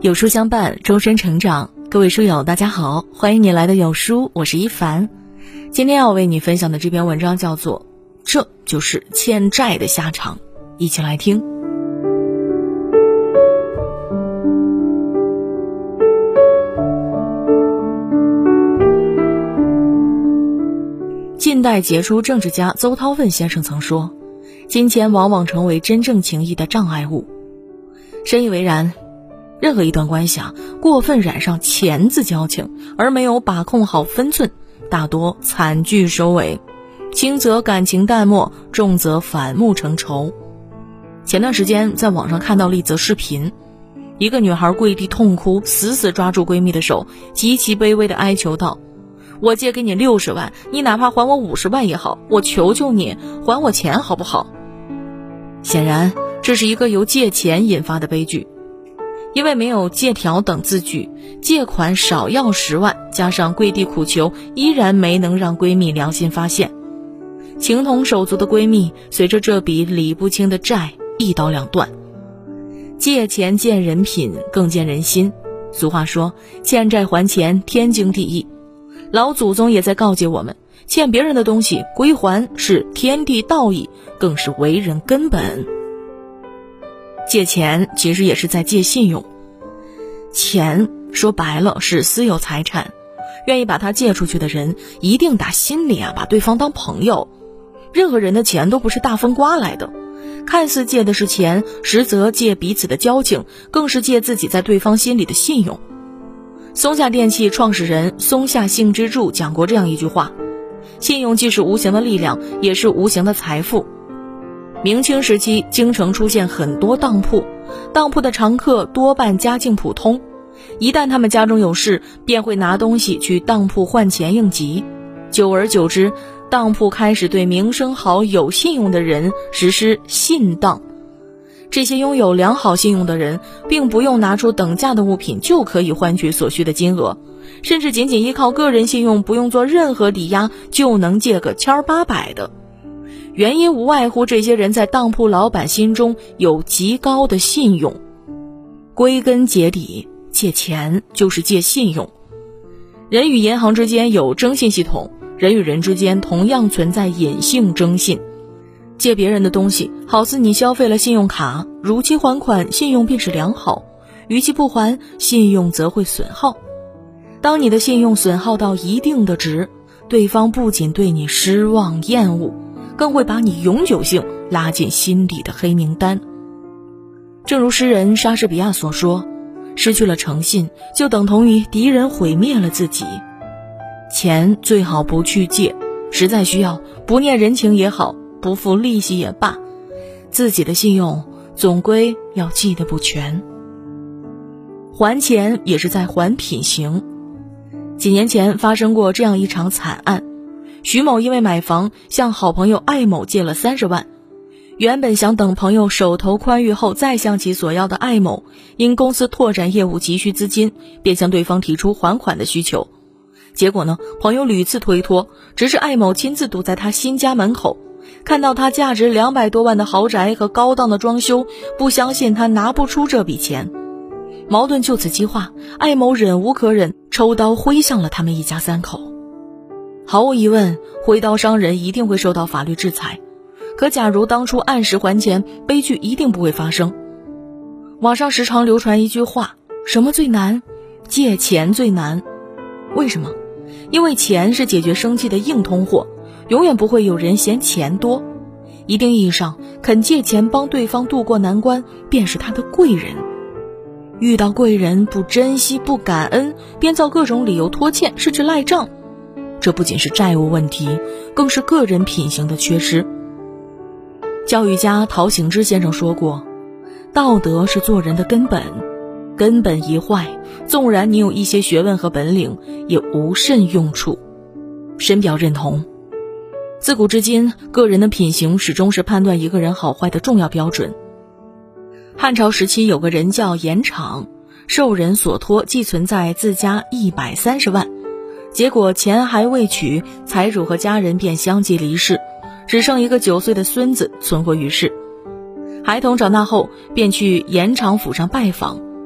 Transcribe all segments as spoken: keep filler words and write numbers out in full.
有书相伴，终身成长。各位书友大家好，欢迎你来到有书，我是一凡。今天要为你分享的这篇文章叫做这就是欠债的下场，一起来听。近代杰出政治家邹韬问先生曾说，金钱往往成为真正情谊的障碍物。深以为然，任何一段关系啊，过分染上钱字交情，而没有把控好分寸，大多惨剧收尾，轻则感情淡漠，重则反目成仇。前段时间在网上看到了一则视频，一个女孩跪地痛哭，死死抓住闺蜜的手，极其卑微地哀求道，我借给你六十万，你哪怕还我五十万也好，我求求你还我钱好不好？显然这是一个由借钱引发的悲剧。因为没有借条等字据，借款少要十万，加上跪地苦求，依然没能让闺蜜良心发现。情同手足的闺蜜随着这笔理不清的债一刀两断。借钱见人品，更见人心。俗话说，欠债还钱天经地义。老祖宗也在告诫我们，欠别人的东西归还是天地道义，更是为人根本。借钱其实也是在借信用，钱说白了是私有财产，愿意把它借出去的人一定打心里啊把对方当朋友。任何人的钱都不是大风刮来的，看似借的是钱，实则借彼此的交情，更是借自己在对方心里的信用。松下电器创始人松下幸之助讲过这样一句话，信用既是无形的力量，也是无形的财富。明清时期，京城出现很多当铺，当铺的常客多半家境普通，一旦他们家中有事，便会拿东西去当铺换钱应急。久而久之，当铺开始对名声好、有信用的人实施信当。这些拥有良好信用的人，并不用拿出等价的物品就可以换取所需的金额，甚至仅仅依靠个人信用，不用做任何抵押，就能借个千八百的。原因无外乎这些人在当铺老板心中有极高的信用。归根结底，借钱就是借信用。人与银行之间有征信系统，人与人之间同样存在隐性征信。借别人的东西，好似你消费了信用卡，如期还款，信用便是良好；逾期不还，信用则会损耗。当你的信用损耗到一定的值，对方不仅对你失望厌恶，更会把你永久性拉进心底的黑名单。正如诗人莎士比亚所说，失去了诚信，就等同于敌人毁灭了自己。钱最好不去借，实在需要，不念人情也好，不付利息也罢，自己的信用总归要记得不全。还钱也是在还品行。几年前发生过这样一场惨案，徐某因为买房向好朋友艾某借了三十万，原本想等朋友手头宽裕后再向其索要的艾某，因公司拓展业务急需资金，便向对方提出还款的需求。结果呢，朋友屡次推脱，直至艾某亲自堵在他新家门口，看到他价值两百多万的豪宅和高档的装修，不相信他拿不出这笔钱。矛盾就此激化，艾某忍无可忍，抽刀挥向了他们一家三口。毫无疑问，挥刀伤人一定会受到法律制裁，可假如当初按时还钱，悲剧一定不会发生。网上时常流传一句话，什么最难？借钱最难。为什么？因为钱是解决生计的硬通货，永远不会有人嫌钱多。一定意义上，肯借钱帮对方渡过难关，便是他的贵人。遇到贵人不珍惜、不感恩，编造各种理由拖欠，甚至赖账，这不仅是债务问题，更是个人品行的缺失。教育家陶行知先生说过，道德是做人的根本，根本一坏，纵然你有一些学问和本领，也无甚用处。深表认同。自古至今，个人的品行始终是判断一个人好坏的重要标准。汉朝时期有个人叫严敞，受人所托，寄存在自家一百三十万，结果钱还未取，财主和家人便相继离世，只剩一个九岁的孙子存活于世。孩童长大后便去严敞府上拜访，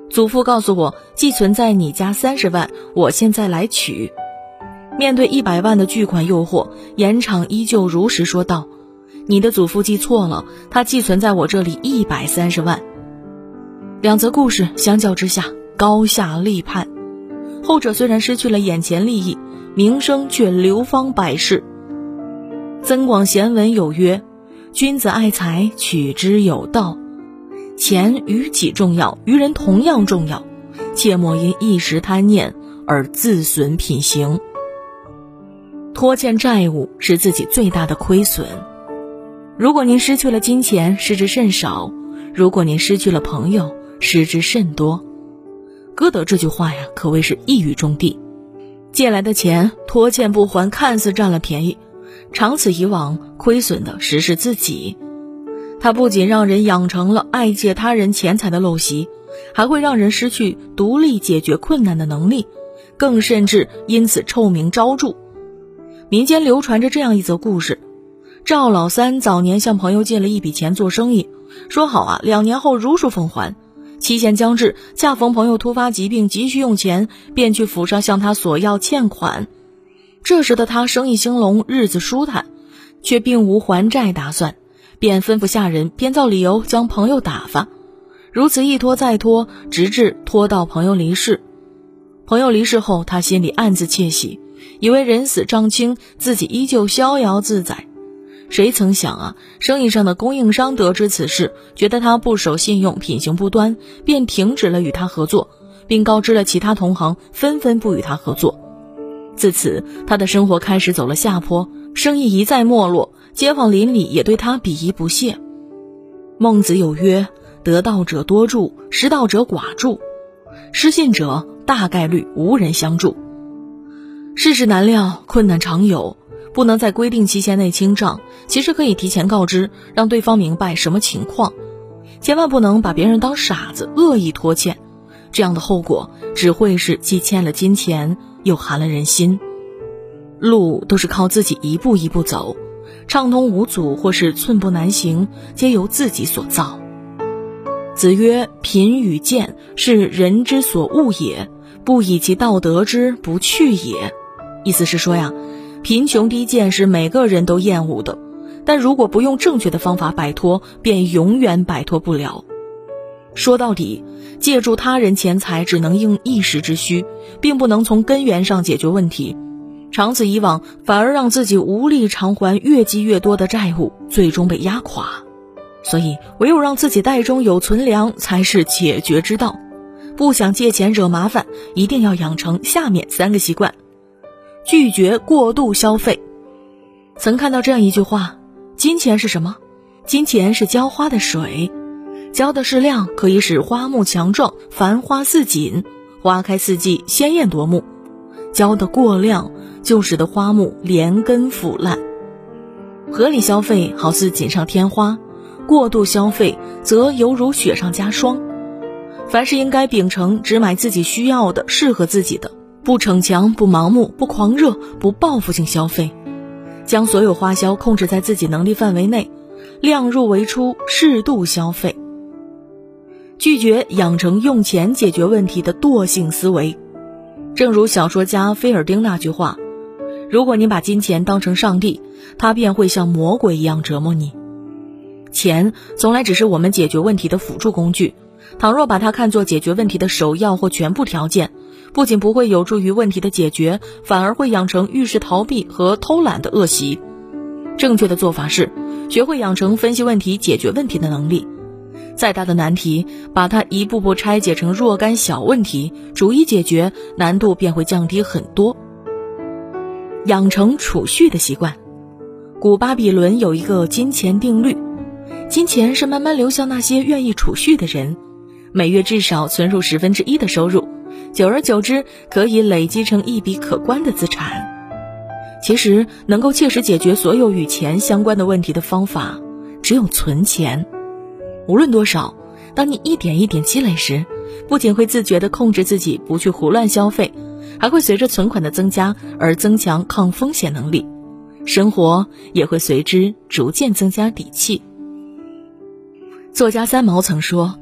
祖父告诉我，寄存在你家三十万，我现在来取。面对一百万的巨款诱惑，严昶依旧如实说道：你的祖父记错了，他寄存在我这里一百三十万。两则故事相较之下，高下立判。后者虽然失去了眼前利益，名声却流芳百世。增广贤文有曰：君子爱财，取之有道。钱于己重要，于人同样重要，切莫因一时贪念而自损品行。拖欠债务是自己最大的亏损。如果您失去了金钱，失之甚少；如果您失去了朋友，失之甚多。歌德这句话呀，可谓是一语中的。借来的钱拖欠不还，看似占了便宜，长此以往，亏损的实是自己。它不仅让人养成了爱借他人钱财的陋习，还会让人失去独立解决困难的能力，更甚至因此臭名昭著。民间流传着这样一则故事：赵老三早年向朋友借了一笔钱做生意，说好啊，两年后如数奉还。期限将至，恰逢朋友突发疾病，急需用钱，便去府上向他索要欠款。这时的他生意兴隆，日子舒坦，却并无还债打算，便吩咐下人编造理由将朋友打发。如此一拖再拖，直至拖到朋友离世。朋友离世后，他心里暗自窃喜，以为人死账清，自己依旧逍遥自在。谁曾想啊，生意上的供应商得知此事，觉得他不守信用，品行不端，便停止了与他合作，并告知了其他同行，纷纷不与他合作。自此，他的生活开始走了下坡，生意一再没落，街坊邻里也对他鄙夷不屑。孟子有曰：得道者多助，失道者寡助，失信者大概率无人相助。世事难料，困难常有，不能在规定期限内清账，其实可以提前告知，让对方明白什么情况。千万不能把别人当傻子，恶意拖欠，这样的后果只会是既欠了金钱，又寒了人心。路都是靠自己一步一步走，畅通无阻或是寸步难行，皆由自己所造。子曰：贫与贱，是人之所恶也，不以其道得之，不去也。意思是说呀，贫穷低贱是每个人都厌恶的，但如果不用正确的方法摆脱，便永远摆脱不了。说到底，借助他人钱财只能应一时之需，并不能从根源上解决问题。长此以往，反而让自己无力偿还越积越多的债务，最终被压垮。所以，唯有让自己袋中有存粮，才是解决之道。不想借钱惹麻烦，一定要养成下面三个习惯。拒绝过度消费。曾看到这样一句话：金钱是什么？金钱是浇花的水，浇的适量，可以使花木强壮，繁花似锦，花开四季，鲜艳夺目；浇的过量，就使得花木连根腐烂。合理消费好似锦上添花，过度消费则犹如雪上加霜。凡事应该秉承只买自己需要的，适合自己的，不逞强，不盲目，不狂热，不报复性消费，将所有花销控制在自己能力范围内，量入为出，适度消费。拒绝养成用钱解决问题的惰性思维。正如小说家菲尔丁那句话：如果你把金钱当成上帝，他便会像魔鬼一样折磨你。钱从来只是我们解决问题的辅助工具，倘若把它看作解决问题的首要或全部条件，不仅不会有助于问题的解决，反而会养成遇事逃避和偷懒的恶习。正确的做法是，学会养成分析问题、解决问题的能力。再大的难题，把它一步步拆解成若干小问题，逐一解决，难度便会降低很多。养成储蓄的习惯。古巴比伦有一个金钱定律，金钱是慢慢流向那些愿意储蓄的人，每月至少存入十分之一的收入，久而久之可以累积成一笔可观的资产。其实能够切实解决所有与钱相关的问题的方法，只有存钱。无论多少，当你一点一点积累时，不仅会自觉地控制自己不去胡乱消费，还会随着存款的增加而增强抗风险能力，生活也会随之逐渐增加底气。作家三毛曾说，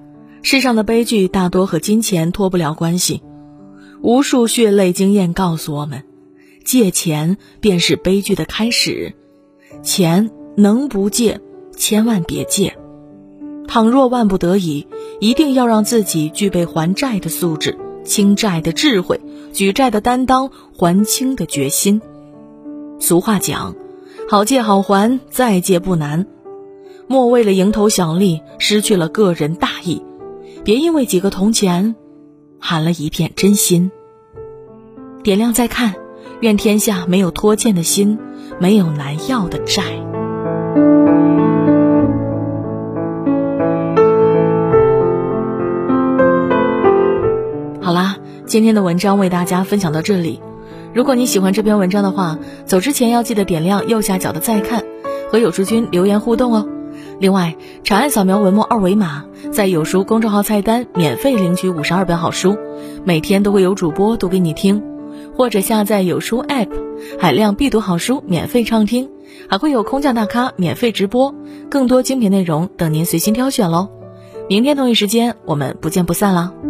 世上的悲剧大多和金钱脱不了关系，无数血泪经验告诉我们，借钱便是悲剧的开始，钱能不借千万别借，倘若万不得已，一定要让自己具备还债的素质，清债的智慧，举债的担当，还清的决心。俗话讲，好借好还，再借不难，莫为了蝇头小利失去了个人大义，别因为几个铜钱寒了一片真心。点亮再看，愿天下没有拖欠的心，没有难要的债。好啦，今天的文章为大家分享到这里。如果你喜欢这篇文章的话，走之前要记得点亮右下角的再看，和有书君留言互动哦。另外，长按扫描文末二维码，在有书公众号菜单免费领取五十二本好书，每天都会有主播读给你听，或者下载有书 App， 海量必读好书免费畅听，还会有空降大咖免费直播，更多精品内容等您随心挑选咯。明天同一时间我们不见不散啦。